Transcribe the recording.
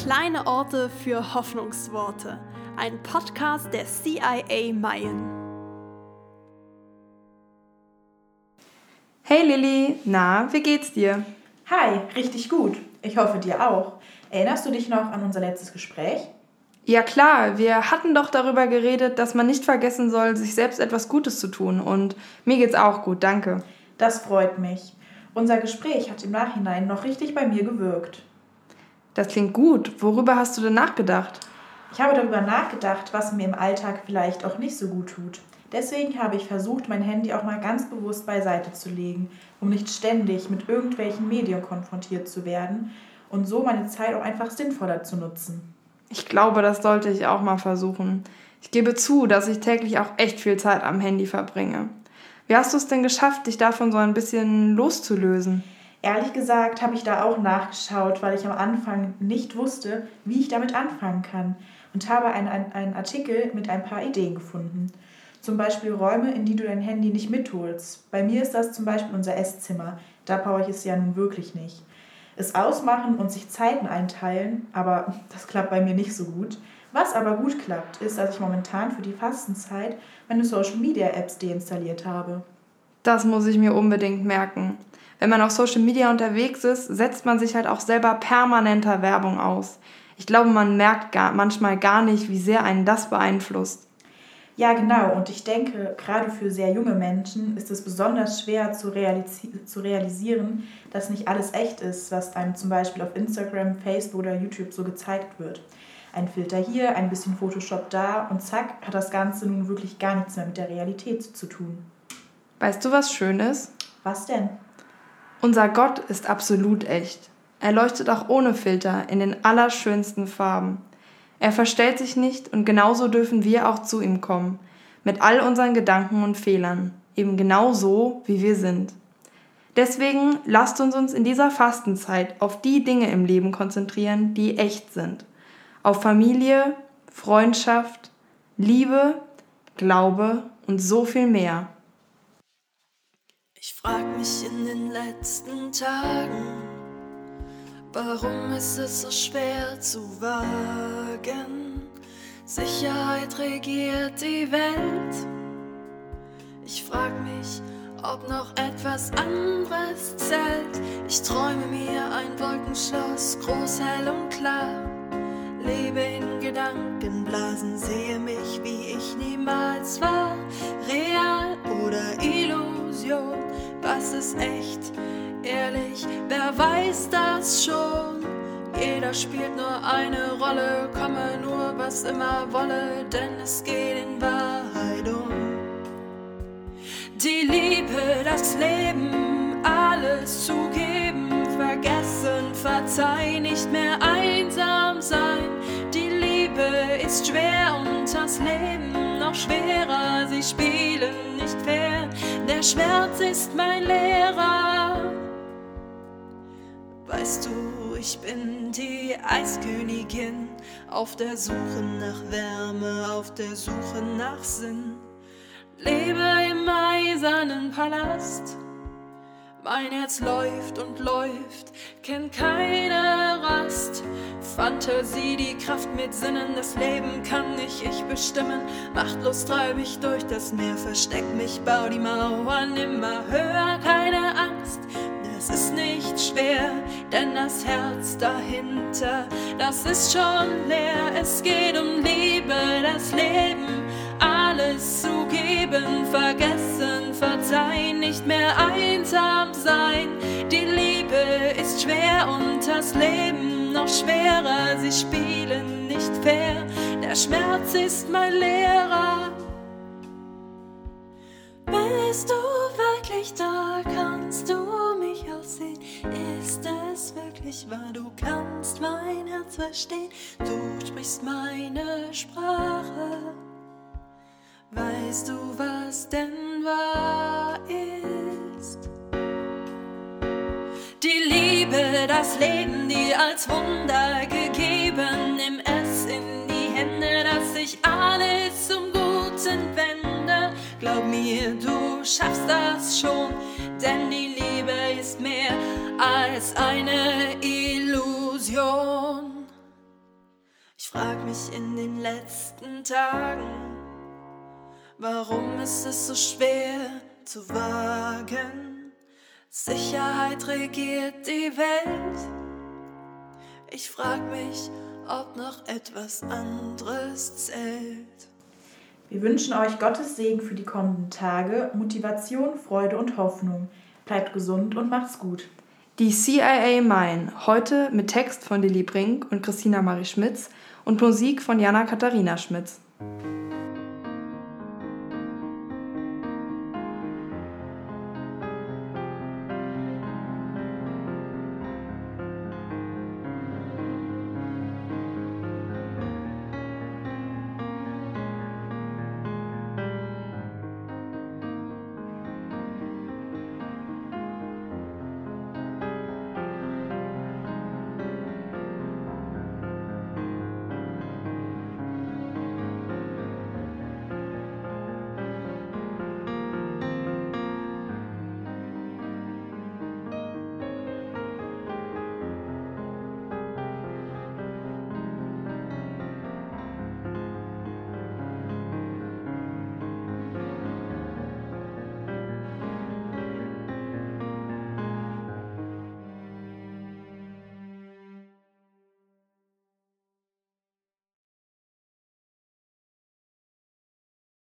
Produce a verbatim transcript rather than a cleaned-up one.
Kleine Orte für Hoffnungsworte, ein Podcast der C I A Mayen. Hey Lilly, na, wie geht's dir? Hi, richtig gut. Ich hoffe dir auch. Erinnerst du dich noch an unser letztes Gespräch? Ja klar, wir hatten doch darüber geredet, dass man nicht vergessen soll, sich selbst etwas Gutes zu tun. Und mir geht's auch gut, danke. Das freut mich. Unser Gespräch hat im Nachhinein noch richtig bei mir gewirkt. Das klingt gut. Worüber hast du denn nachgedacht? Ich habe darüber nachgedacht, was mir im Alltag vielleicht auch nicht so gut tut. Deswegen habe ich versucht, mein Handy auch mal ganz bewusst beiseite zu legen, um nicht ständig mit irgendwelchen Medien konfrontiert zu werden und so meine Zeit auch einfach sinnvoller zu nutzen. Ich glaube, das sollte ich auch mal versuchen. Ich gebe zu, dass ich täglich auch echt viel Zeit am Handy verbringe. Wie hast du es denn geschafft, dich davon so ein bisschen loszulösen? Ehrlich gesagt habe ich da auch nachgeschaut, weil ich am Anfang nicht wusste, wie ich damit anfangen kann und habe einen, einen Artikel mit ein paar Ideen gefunden. Zum Beispiel Räume, in die du dein Handy nicht mitholst. Bei mir ist das zum Beispiel unser Esszimmer. Da brauche ich es ja nun wirklich nicht. Es ausmachen und sich Zeiten einteilen, aber das klappt bei mir nicht so gut. Was aber gut klappt, ist, dass ich momentan für die Fastenzeit meine Social-Media-Apps deinstalliert habe. Das muss ich mir unbedingt merken. Wenn man auf Social Media unterwegs ist, setzt man sich halt auch selber permanenter Werbung aus. Ich glaube, man merkt gar, manchmal gar nicht, wie sehr einen das beeinflusst. Ja, genau. Und ich denke, gerade für sehr junge Menschen ist es besonders schwer zu, realisi- zu realisieren, dass nicht alles echt ist, was einem zum Beispiel auf Instagram, Facebook oder YouTube so gezeigt wird. Ein Filter hier, ein bisschen Photoshop da und zack, hat das Ganze nun wirklich gar nichts mehr mit der Realität zu tun. Weißt du, was schön ist? Was denn? Unser Gott ist absolut echt. Er leuchtet auch ohne Filter in den allerschönsten Farben. Er verstellt sich nicht und genauso dürfen wir auch zu ihm kommen, mit all unseren Gedanken und Fehlern, eben genau so, wie wir sind. Deswegen lasst uns uns in dieser Fastenzeit auf die Dinge im Leben konzentrieren, die echt sind. Auf Familie, Freundschaft, Liebe, Glaube und so viel mehr. Ich frag mich in den letzten Tagen, warum ist es so schwer zu wagen? Sicherheit regiert die Welt. Ich frag mich, ob noch etwas anderes zählt. Ich träume mir ein Wolkenschloss, groß, hell und klar. Lebe in Gedankenblasen, sehe mich, wie ich niemals war. Real oder Illusion, was ist echt? Ehrlich, wer weiß das schon? Jeder spielt nur eine Rolle, komme nur, was immer wolle, denn es geht in Wahrheit um die Liebe, das Leben, alles zugeben, vergessen, verzeihen, nicht mehr einsam sein. Die Liebe ist schwer und das Leben noch schwerer, sie spielen nicht fair, der Schmerz ist mein Lehrer. Weißt du, ich bin die Eiskönigin, auf der Suche nach Wärme, auf der Suche nach Sinn. Lebe im eisernen Palast, mein Herz läuft und läuft, kennt keine Rast. Fantasie, die Kraft mit Sinnen, das Leben kann nicht ich bestimmen. Machtlos treib ich durch das Meer, versteck mich, bau die Mauern immer höher, keine Angst. Es ist nicht schwer, denn das Herz dahinter, das ist schon leer. Es geht um Liebe, das Leben, alles zugeben, vergessen, verzeihen, nicht mehr einsam sein. Die Liebe ist schwer und das Leben noch schwerer, sie spielen nicht fair, der Schmerz ist mein Lehrer. Bist du wirklich da, kannst du mich auch sehen? Ist es wirklich wahr, du kannst mein Herz verstehen? Du sprichst meine Sprache. Weißt du, was denn wahr ist? Die Liebe, das Leben, dir als Wunder gegeben. Nimm es in die Hände, dass sich alles zum Guten wende. Glaub mir, du schaffst das schon, denn die Liebe ist mehr als eine Illusion. frag mich in den letzten Tagen, warum ist es so schwer zu wagen? Sicherheit regiert die Welt. Ich frag mich, ob noch etwas anderes zählt. Wir wünschen euch Gottes Segen für die kommenden Tage, Motivation, Freude und Hoffnung. Bleibt gesund und macht's gut. Die C I A Main, heute mit Text von Lilly Brink und Christina Marie Schmitz und Musik von Jana Katharina Schmitz.